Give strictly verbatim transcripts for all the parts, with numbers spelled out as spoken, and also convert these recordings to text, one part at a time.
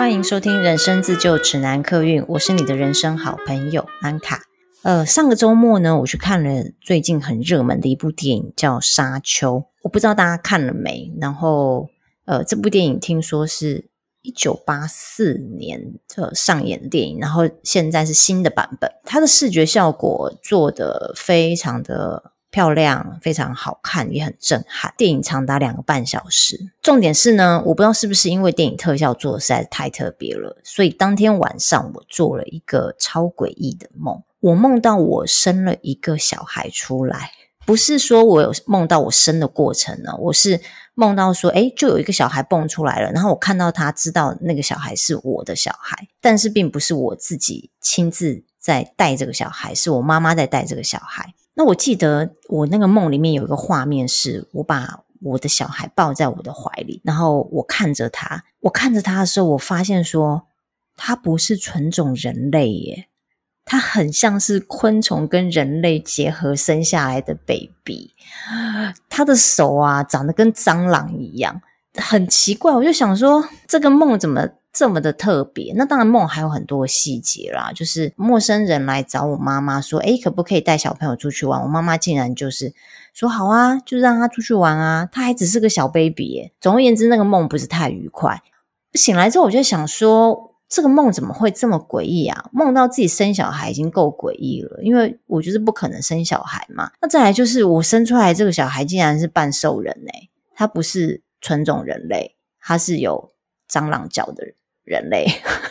欢迎收听人生自救指南客运，我是你的人生好朋友安卡。呃，上个周末呢，我去看了最近很热门的一部电影，叫《沙丘》。我不知道大家看了没？然后，呃，这部电影听说是一九八四年呃上演的电影，然后现在是新的版本。它的视觉效果做得非常的漂亮，非常好看，也很震撼。电影长达两个半小时。重点是呢，我不知道是不是因为电影特效做的实在是太特别了，所以当天晚上我做了一个超诡异的梦。我梦到我生了一个小孩出来，不是说我有梦到我生的过程呢，我是梦到说，诶，就有一个小孩蹦出来了，然后我看到他，知道那个小孩是我的小孩，但是并不是我自己亲自在带这个小孩，是我妈妈在带这个小孩。那我记得我那个梦里面有一个画面，是我把我的小孩抱在我的怀里，然后我看着他，我看着他的时候，我发现说他不是纯种人类耶，他很像是昆虫跟人类结合生下来的 baby， 他的手啊长得跟蟑螂一样，很奇怪。我就想说这个梦怎么这么的特别。那当然梦还有很多细节啦，就是陌生人来找我妈妈说，诶，可不可以带小朋友出去玩，我妈妈竟然就是说好啊，就让他出去玩啊，他还只是个小 baby 耶。总而言之，那个梦不是太愉快。醒来之后我就想说这个梦怎么会这么诡异啊？梦到自己生小孩已经够诡异了，因为我就是不可能生小孩嘛。那再来就是我生出来这个小孩竟然是半兽人欸，他不是纯种人类，他是有蟑螂脚的人类。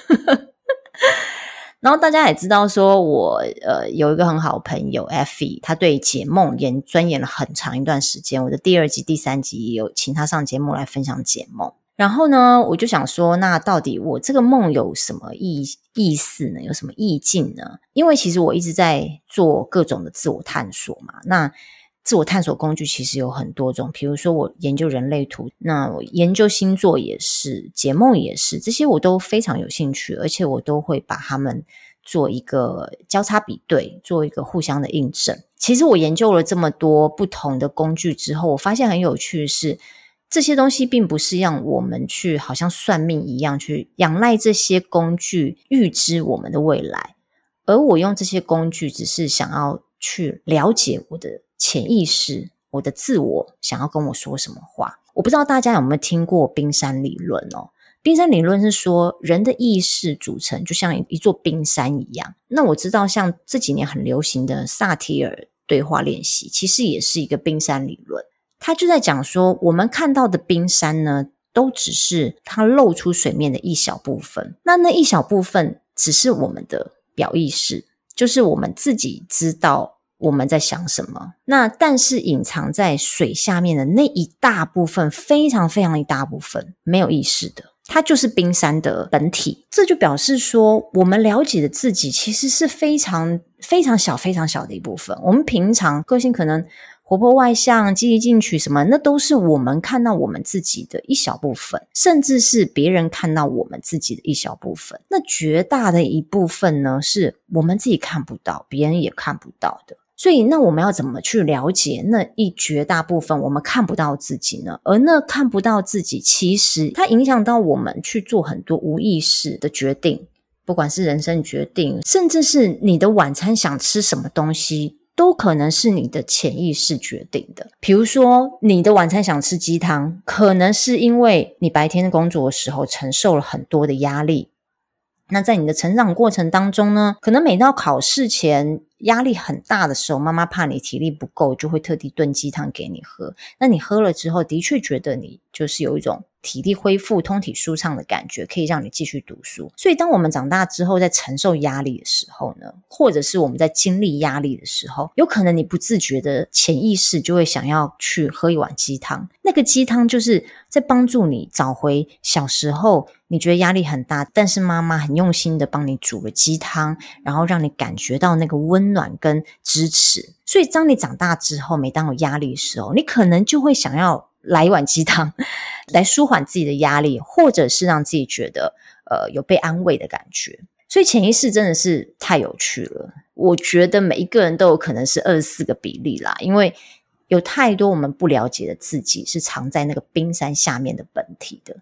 然后大家也知道说我呃有一个很好的朋友 Effie， 他对解梦研钻研了很长一段时间，我的第二集第三集也有请他上节目来分享解梦。然后呢我就想说，那到底我这个梦有什么意意思呢？有什么意境呢？因为其实我一直在做各种的自我探索嘛，那自我探索工具其实有很多种，比如说我研究人类图，那我研究星座也是，解梦也是，这些我都非常有兴趣，而且我都会把它们做一个交叉比对，做一个互相的印证。其实我研究了这么多不同的工具之后，我发现很有趣的是，这些东西并不是让我们去好像算命一样去仰赖这些工具预知我们的未来，而我用这些工具只是想要去了解我的潜意识，我的自我想要跟我说什么话。我不知道大家有没有听过冰山理论哦？冰山理论是说人的意识组成就像一座冰山一样。那我知道像这几年很流行的萨提尔对话练习其实也是一个冰山理论，他就在讲说我们看到的冰山呢都只是它露出水面的一小部分，那那一小部分只是我们的表意识，就是我们自己知道我们在想什么，那但是隐藏在水下面的那一大部分，非常非常一大部分没有意识的，它就是冰山的本体。这就表示说我们了解的自己其实是非常非常小非常小的一部分。我们平常个性可能活泼外向，积极进取什么，那都是我们看到我们自己的一小部分，甚至是别人看到我们自己的一小部分。那绝大的一部分呢，是我们自己看不到，别人也看不到的。所以那我们要怎么去了解那一绝大部分我们看不到自己呢？而那看不到自己其实它影响到我们去做很多无意识的决定，不管是人生决定，甚至是你的晚餐想吃什么东西都可能是你的潜意识决定的。比如说你的晚餐想吃鸡汤，可能是因为你白天工作的时候承受了很多的压力，那在你的成长过程当中呢，可能每到考试前压力很大的时候，妈妈怕你体力不够，就会特地炖鸡汤给你喝。那你喝了之后，的确觉得你就是有一种体力恢复、通体舒畅的感觉，可以让你继续读书。所以当我们长大之后，在承受压力的时候呢，或者是我们在经历压力的时候，有可能你不自觉的潜意识就会想要去喝一碗鸡汤。那个鸡汤就是在帮助你找回小时候你觉得压力很大，但是妈妈很用心的帮你煮了鸡汤，然后让你感觉到那个温暖跟支持。所以当你长大之后，每当有压力的时候，你可能就会想要来一碗鸡汤来舒缓自己的压力，或者是让自己觉得呃有被安慰的感觉。所以潜意识真的是太有趣了，我觉得每一个人都有可能是二十四个比例啦，因为有太多我们不了解的自己是藏在那个冰山下面的本体的。而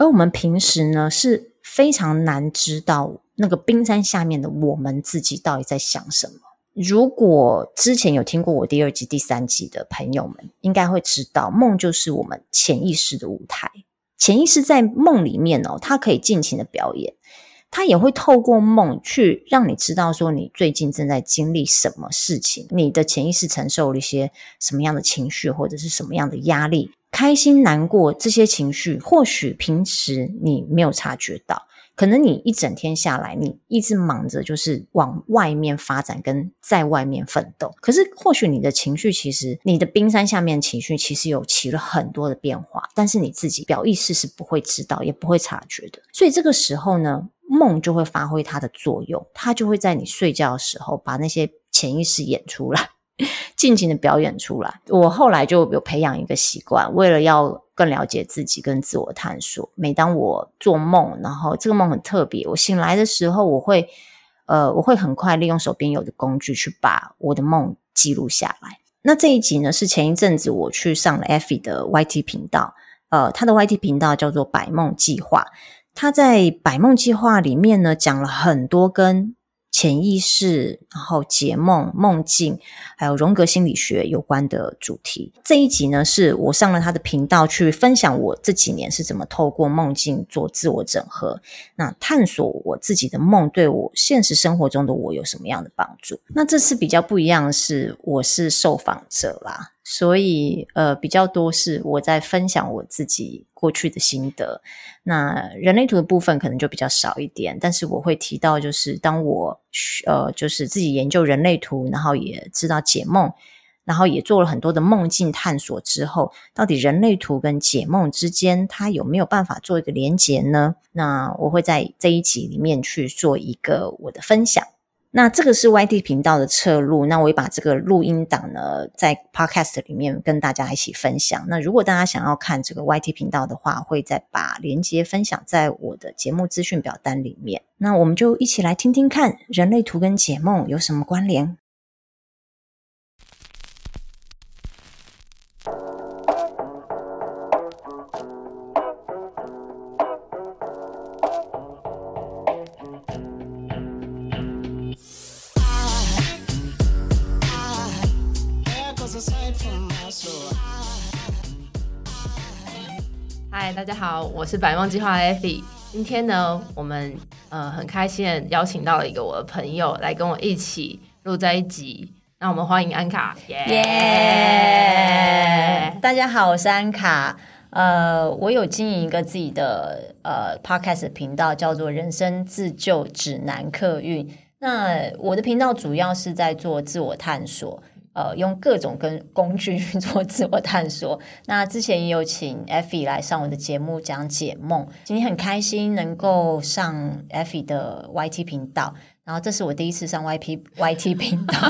而我们平时呢是非常难知道那个冰山下面的我们自己到底在想什么。如果之前有听过我第二集第三集的朋友们应该会知道，梦就是我们潜意识的舞台。潜意识在梦里面哦，它可以尽情的表演，它也会透过梦去让你知道说你最近正在经历什么事情，你的潜意识承受了一些什么样的情绪或者是什么样的压力，开心难过这些情绪或许平时你没有察觉到，可能你一整天下来你一直忙着就是往外面发展跟在外面奋斗，可是或许你的情绪其实你的冰山下面情绪其实有起了很多的变化，但是你自己表意识是不会知道也不会察觉的。所以这个时候呢，梦就会发挥它的作用，它就会在你睡觉的时候把那些潜意识演出来，尽情的表演出来。我后来就有培养一个习惯，为了要更了解自己跟自我探索，每当我做梦，然后这个梦很特别，我醒来的时候我会呃，我会很快利用手边有的工具去把我的梦记录下来。那这一集呢是前一阵子我去上了 Effie 的 Y T 频道，呃，他的 Y T 频道叫做百梦计划。他在百梦计划里面呢讲了很多跟潜意识，然后解梦、梦境还有荣格心理学有关的主题。这一集呢是我上了他的频道去分享我这几年是怎么透过梦境做自我整合，那探索我自己的梦对我现实生活中的我有什么样的帮助。那这次比较不一样的是我是受访者啦，所以呃比较多是我在分享我自己过去的心得，那人类图的部分可能就比较少一点，但是我会提到就是当我呃就是自己研究人类图，然后也知道解梦，然后也做了很多的梦境探索之后，到底人类图跟解梦之间它有没有办法做一个连结呢？那我会在这一集里面去做一个我的分享。那这个是 Y T 频道的侧录，那我也把这个录音档呢在 Podcast 里面跟大家一起分享。那如果大家想要看这个 Y T 频道的话，会再把连结分享在我的节目资讯表单里面。那我们就一起来听听看人类图跟解梦有什么关联。 嗨，大家好，我是百梦计划的 Effie。今天呢，我们呃很开心的邀请到了一个我的朋友来跟我一起录这一集。那我们欢迎安卡，耶、 yeah! yeah! 大家好，我是安卡。呃，我有经营一个自己的呃 podcast 频道，叫做人生自救指南客运。那我的频道主要是在做自我探索。呃，用各种跟工具去做自我探索。那之前也有请 Effie 来上我的节目讲解梦，今天很开心能够上 Effie 的 Y T 频道，然后这是我第一次上 Y P Y T 频道。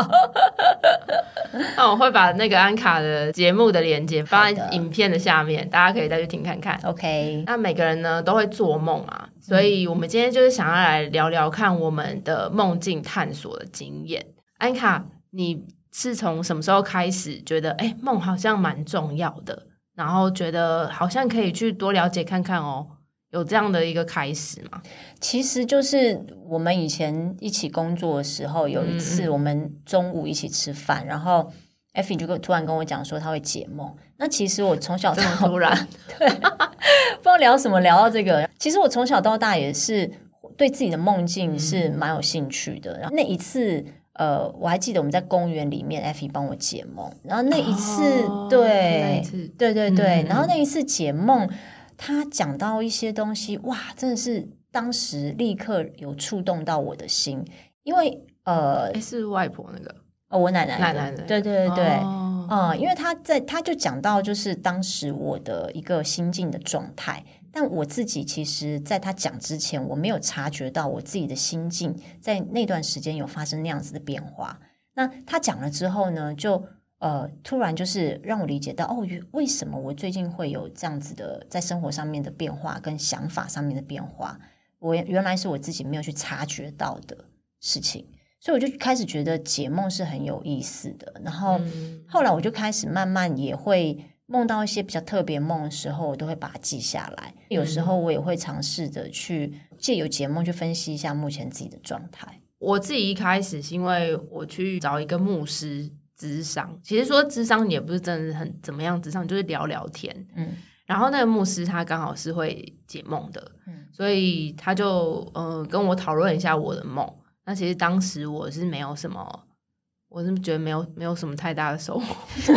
那我会把那个安卡的节目的连结放在影片的下面，大家可以再去听看看。 OK， 那每个人呢都会做梦啊，所以我们今天就是想要来聊聊看我们的梦境探索的经验。安卡，你是从什么时候开始觉得哎，梦好像蛮重要的，然后觉得好像可以去多了解看看哦，有这样的一个开始吗？ 其实就是我们以前一起工作的时候，有一次我们中午一起吃饭，嗯嗯然后 Effie 就突然跟我讲说他会解梦。那其实我从小到大突然对不知道聊什么聊到这个，其实我从小到大也是对自己的梦境是蛮有兴趣的。然后那一次呃，我还记得我们在公园里面 Effie 帮我解梦，然后那一次、哦、对那一次对对对、嗯、然后那一次解梦他讲到一些东西，哇真的是当时立刻有触动到我的心，因为呃是外婆那个哦，我奶奶奶奶的对对对对、 哦、 嗯，因为他在他就讲到就是当时我的一个心境的状态，但我自己其实在他讲之前我没有察觉到我自己的心境在那段时间有发生那样子的变化。那他讲了之后呢，就呃突然就是让我理解到哦，为什么我最近会有这样子的在生活上面的变化跟想法上面的变化，我原来是我自己没有去察觉到的事情。所以我就开始觉得解梦是很有意思的，然后后来我就开始慢慢也会梦到一些比较特别梦的时候，我都会把它记下来。有时候我也会尝试着去借由解梦去分析一下目前自己的状态。 我自己一开始是因为我去找一个牧师咨商，其实说咨商也不是真的很怎么样，咨商就是聊聊天。嗯，然后那个牧师他刚好是会解梦的，嗯，所以他就呃跟我讨论一下我的梦。那其实当时我是没有什么。我是觉得没有没有什么太大的收获。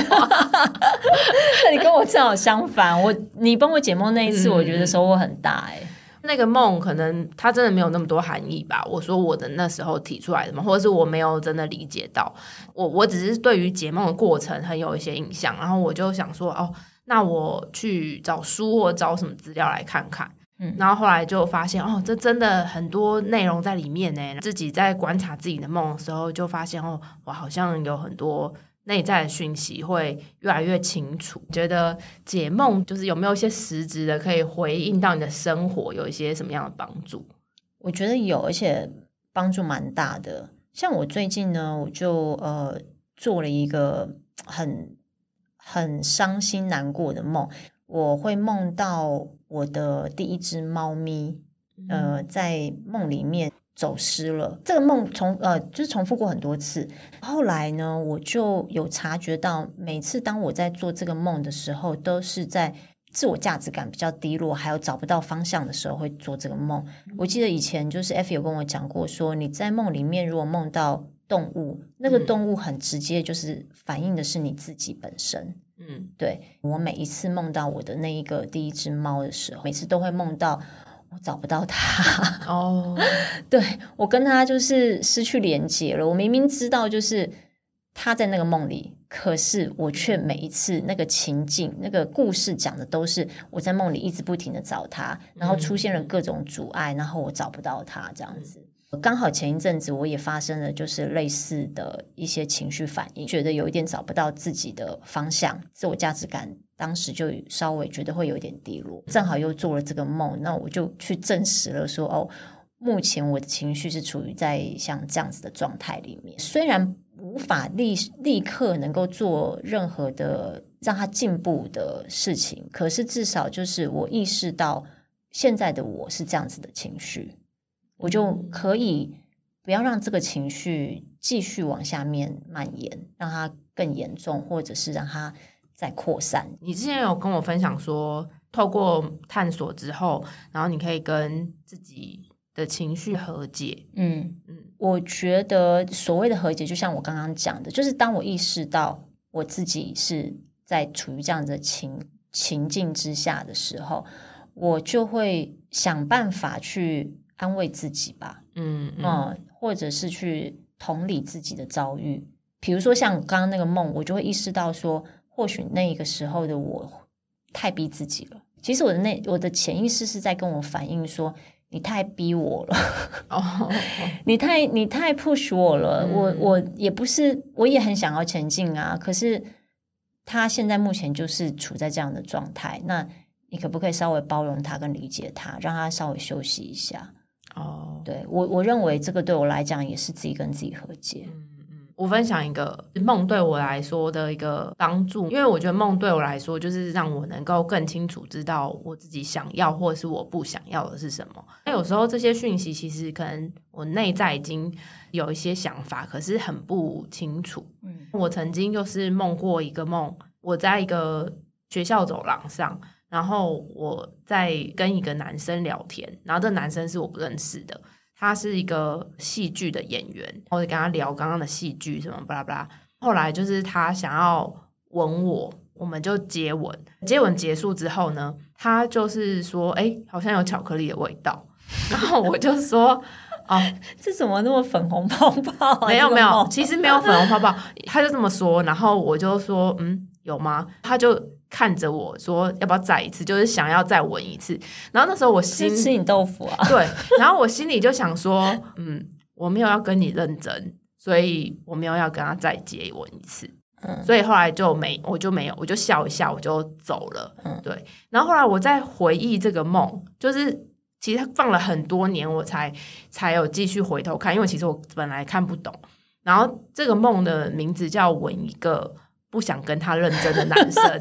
你跟我正好相反，我你帮我解梦那一次，我觉得收获很大哎、欸。 那个梦可能它真的没有那么多含义吧。我说我的那时候提出来的梦，或者是我没有真的理解到，我我只是对于解梦的过程很有一些印象，然后我就想说，哦，那我去找书或找什么资料来看看。嗯，然后后来就发现哦，这真的很多内容在里面呢。自己在观察自己的梦的时候，就发现哦，我好像有很多内在的讯息会越来越清楚。觉得解梦就是有没有一些实质的可以回应到你的生活，有一些什么样的帮助？ 我觉得有，而且帮助蛮大的。像我最近呢，我就呃做了一个很很伤心难过的梦。我会梦到我的第一只猫咪，呃，在梦里面走失了。这个梦重呃就是重复过很多次。后来呢，我就有察觉到，每次当我在做这个梦的时候，都是在自我价值感比较低落，还有找不到方向的时候会做这个梦。我记得以前就是 F 有跟我讲过说，你在梦里面如果梦到动物，那个动物很直接就是反映的是你自己本身。嗯，对，我每一次梦到我的那一个第一只猫的时候，每次都会梦到我找不到它。哦，对，我跟它就是失去连接了。我明明知道就是它在那个梦里，可是我却每一次那个情境那个故事讲的都是我在梦里一直不停的找它，然后出现了各种阻碍，然后我找不到它这样子。刚好前一阵子我也发生了就是类似的一些情绪反应，觉得有一点找不到自己的方向，自我价值感当时就稍微觉得会有点低落，正好又做了这个梦，那我就去证实了说哦，目前我的情绪是处于在像这样子的状态里面。虽然无法立立刻能够做任何的让它进步的事情，可是至少就是我意识到现在的我是这样子的情绪，我就可以不要让这个情绪继续往下面蔓延，让它更严重，或者是让它再扩散。 你之前有跟我分享说，透过探索之后，然后你可以跟自己的情绪和解。嗯嗯，我觉得所谓的和解，就像我刚刚讲的，就是当我意识到我自己是在处于这样的情情境之下的时候，我就会想办法去安慰自己吧，嗯 嗯, 嗯，或者是去同理自己的遭遇。比如说像刚刚那个梦，我就会意识到说，或许那个时候的我太逼自己了。其实我的那我的潜意识是在跟我反映说，你太逼我了，哦，你太你太 push 我了，嗯，我我也不是，我也很想要前进啊，可是他现在目前就是处在这样的状态，那你可不可以稍微包容他跟理解他，让他稍微休息一下？哦，对，我我认为这个对我来讲也是自己跟自己和解。嗯嗯，我分享一个梦对我来说的一个帮助，因为我觉得梦对我来说就是让我能够更清楚知道我自己想要或者是我不想要的是什么。那有时候这些讯息其实可能我内在已经有一些想法，可是很不清楚。嗯，我曾经就是梦过一个梦，我在一个学校走廊上，然后我在跟一个男生聊天，然后这个男生是我不认识的，他是一个戏剧的演员，我就跟他聊刚刚的戏剧什么巴拉巴拉。后来就是他想要吻我，我们就接吻。接吻结束之后呢，他就是说哎，好像有巧克力的味道，然后我就说哦， 这怎么那么粉红泡泡啊？ 没有没有，其实没有粉红泡泡，他就这么说，然后我就说嗯，有吗？他就看着我说要不要再一次，就是想要再吻一次。然后那时候我心吃你豆腐啊， 对，然后我心里就想说嗯，我没有要跟你认真，所以我没有要跟他再接吻一次。嗯，所以后来就没我就没有，我就笑一下我就走了。嗯，对。然后后来我在回忆这个梦，就是其实放了很多年我才才有继续回头看，因为其实我本来看不懂。然后这个梦的名字叫吻一个不想跟他认真的男生。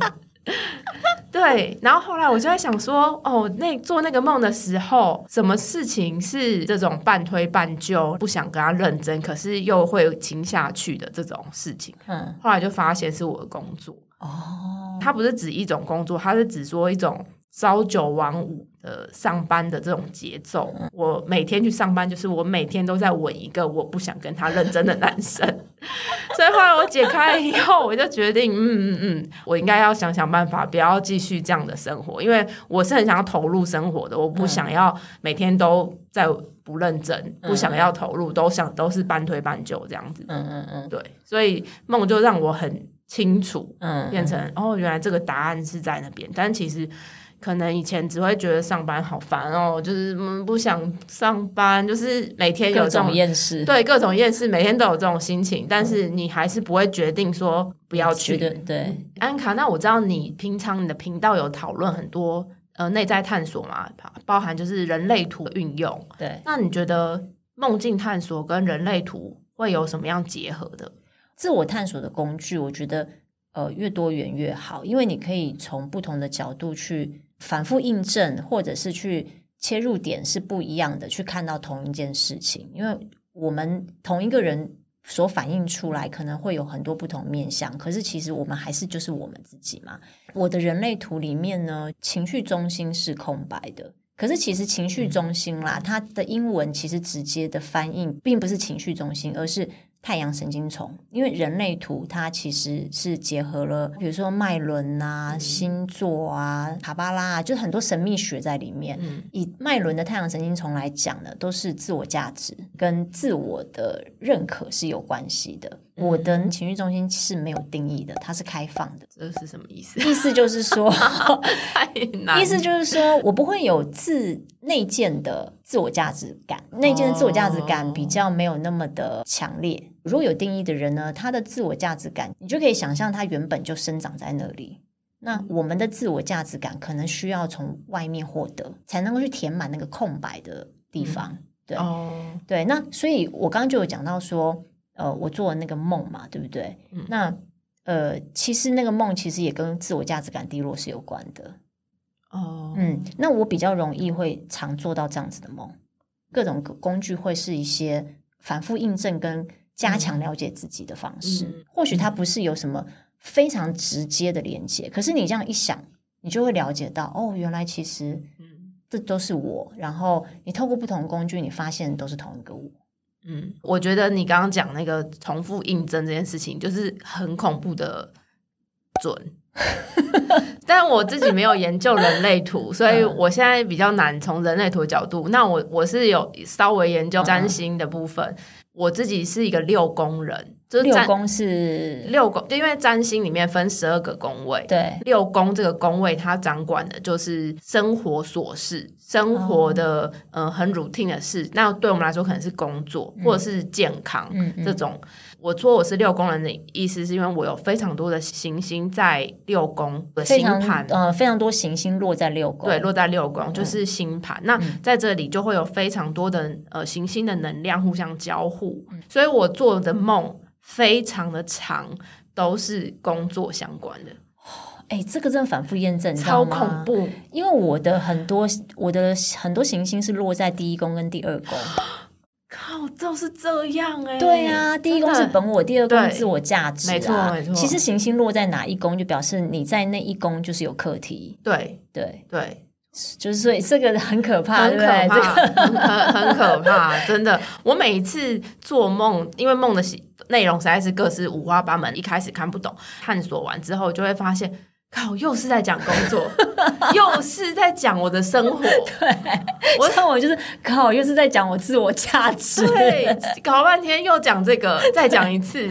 对，然后后来我就在想说，哦，那做那个梦的时候，什么事情是这种半推半就，不想跟他认真，可是又会亲下去的这种事情。嗯，后来就发现是我的工作。哦，它不是指一种工作，它是指说一种朝九晚五的上班的这种节奏。嗯，我每天去上班，就是我每天都在吻一个我不想跟他认真的男生。所以后来我解开了以后，我就决定，嗯嗯嗯，我应该要想想办法，不要继续这样的生活，因为我是很想要投入生活的，我不想要每天都在不认真，嗯、不想要投入，都想都是半推半就这样子。嗯嗯嗯，对，所以梦就让我很清楚，嗯，变成哦，原来这个答案是在那边，但其实。可能以前只会觉得上班好烦哦，就是嗯不想上班，就是每天有这种各种厌世， 对各种厌世，每天都有这种心情，但是你还是不会决定说不要去。 对对， 安卡，那我知道你平常你的频道有讨论很多呃内在探索嘛，包含就是人类图的运用。 对， 那你觉得梦境探索跟人类图会有什么样结合的？ 自我探索的工具，我觉得呃越多元越好，因为你可以从不同的角度去。反复印证或者是去切入点是不一样的，去看到同一件事情，因为我们同一个人所反映出来可能会有很多不同面向，可是其实我们还是就是我们自己嘛。我的人类图里面呢，情绪中心是空白的，可是其实情绪中心啦，它的英文其实直接的翻译并不是情绪中心，而是太阳神经丛。因为人类图它其实是结合了比如说脉轮啊、星座啊、卡巴拉啊，就很多神秘学在里面。嗯、以脉轮的太阳神经丛来讲呢，都是自我价值跟自我的认可是有关系的。嗯、我的情绪中心是没有定义的，它是开放的。 这是什么意思？ 意思就是说太难， 意思就是说我不会有自内建的自我价值感，内建的自我价值感比较没有那么的强烈。如果有定义的人呢，他的自我价值感你就可以想象他原本就生长在那里。那我们的自我价值感可能需要从外面获得，才能够去填满那个空白的地方。嗯、对、哦、对，那所以我刚刚就有讲到说呃，我做的那个梦嘛，对不对？嗯、那呃，其实那个梦其实也跟自我价值感低落是有关的。哦，嗯，那我比较容易会常做到这样子的梦，各种工具会是一些反复印证跟加强了解自己的方式。嗯、或许它不是有什么非常直接的连接，可是你这样一想，你就会了解到，哦，原来其实这都是我。然后你透过不同的工具，你发现都是同一个我。 嗯，我觉得你刚刚讲那个重复印证这件事情，就是很恐怖的准。但我自己没有研究人类图，所以我现在比较难从人类图的角度。那我我是有稍微研究占星的部分。嗯、我自己是一个六宫人，就是六宫是六宫，因为占星里面分十二个宫位， 对， 六宫这个宫位它掌管的就是生活琐事，生活的、哦、呃很 routine 的事。那对我们来说可能是工作、嗯、或者是健康、嗯嗯、这种。我说我是六宫人的意思是因为我有非常多的行星在六宫的星盘， 呃，非常多行星落在六宫， 对，落在六宫、嗯、就是星盘。那在这里就会有非常多的呃行星的能量互相交互，嗯、所以我做的梦非常的长，都是工作相关的。 哎、欸，这个真的反复验证，超恐怖！ 因为我的很多我的很多行星是落在第一宫跟第二宫。 靠，就是这样哎、欸！ 对啊，第一宫是本我，第二宫自我价值、啊， 没错没错。 其实行星落在哪一宫，就表示你在那一宫就是有课题。 对对对， 就是所以这个很可怕， 很可怕，对这个、很很可怕，真的。我每一次做梦，因为梦的内容实在是各是五花八门，一开始看不懂，探索完之后就会发现。靠，又是在讲工作，又是在讲我的生活。 对，我像我就是靠，又是在讲我自我价值。 对，搞了半天又讲这个，再讲一次，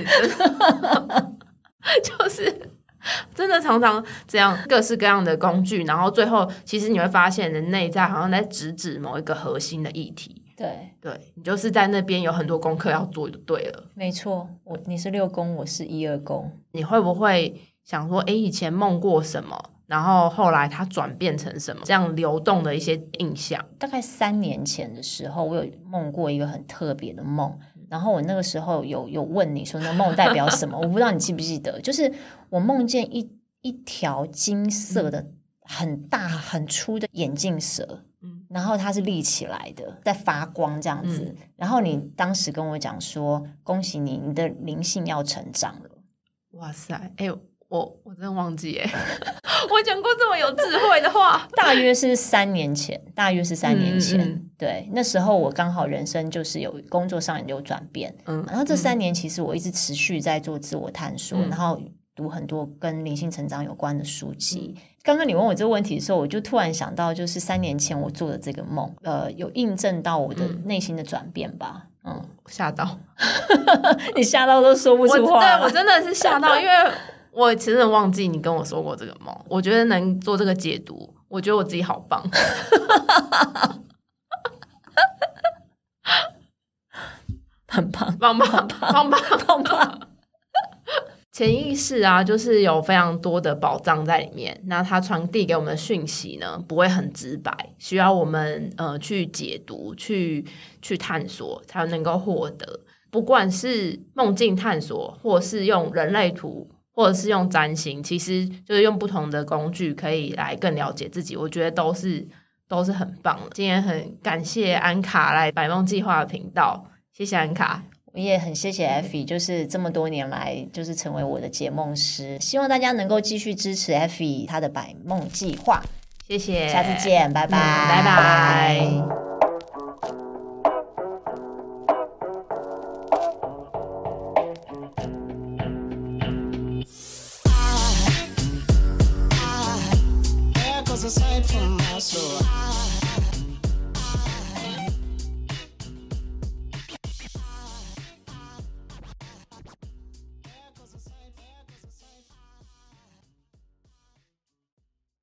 就是真的常常这样，各式各样的工具，然后最后其实你会发现，人内在好像在直指某一个核心的议题。 对， 对你就是在那边有很多功课要做，就对了。 没错，我你是六宫，我是一二宫， 你会不会？想说诶以前梦过什么，然后后来它转变成什么，这样流动的一些印象。 大概三年前的时候，我有梦过一个很特别的梦，然后我那个时候有有问你说那梦代表什么我不知道你记不记得，就是我梦见一一条金色的很大很粗的眼镜蛇，嗯，然后它是立起来的在发光这样子、嗯、然后你当时跟我讲说恭喜你，你的灵性要成长了。 哇塞，哎、欸，我我真的忘记耶我讲过这么有智慧的话大约是三年前大约是三年前、嗯嗯、对，那时候我刚好人生就是有工作上有转变，嗯，然后这三年其实我一直持续在做自我探索、嗯、然后读很多跟灵性成长有关的书籍、嗯、刚刚你问我这个问题的时候，我就突然想到就是三年前我做的这个梦呃，有印证到我的内心的转变吧。嗯， 吓到你吓到都说不出话。 对，我真的是吓到因为我其实忘记你跟我说过这个梦，我觉得能做这个解读，我觉得我自己好棒很棒棒棒棒棒棒棒潜意识啊，就是有非常多的宝藏在里面，那它传递给我们的讯息呢不会很直白，需要我们呃去解读去去探索才能够获得。不管是梦境探索或是用人类图或者是用占星，其实就是用不同的工具可以来更了解自己，我觉得都是都是很棒的。今天很感谢安卡来百梦计划的频道，谢谢安卡。 我也很谢谢 Effy， 就是这么多年来就是成为我的解梦师，希望大家能够继续支持 Effy 她的百梦计划。 谢谢， 下次见，拜拜、 嗯、拜拜。Aside from my soul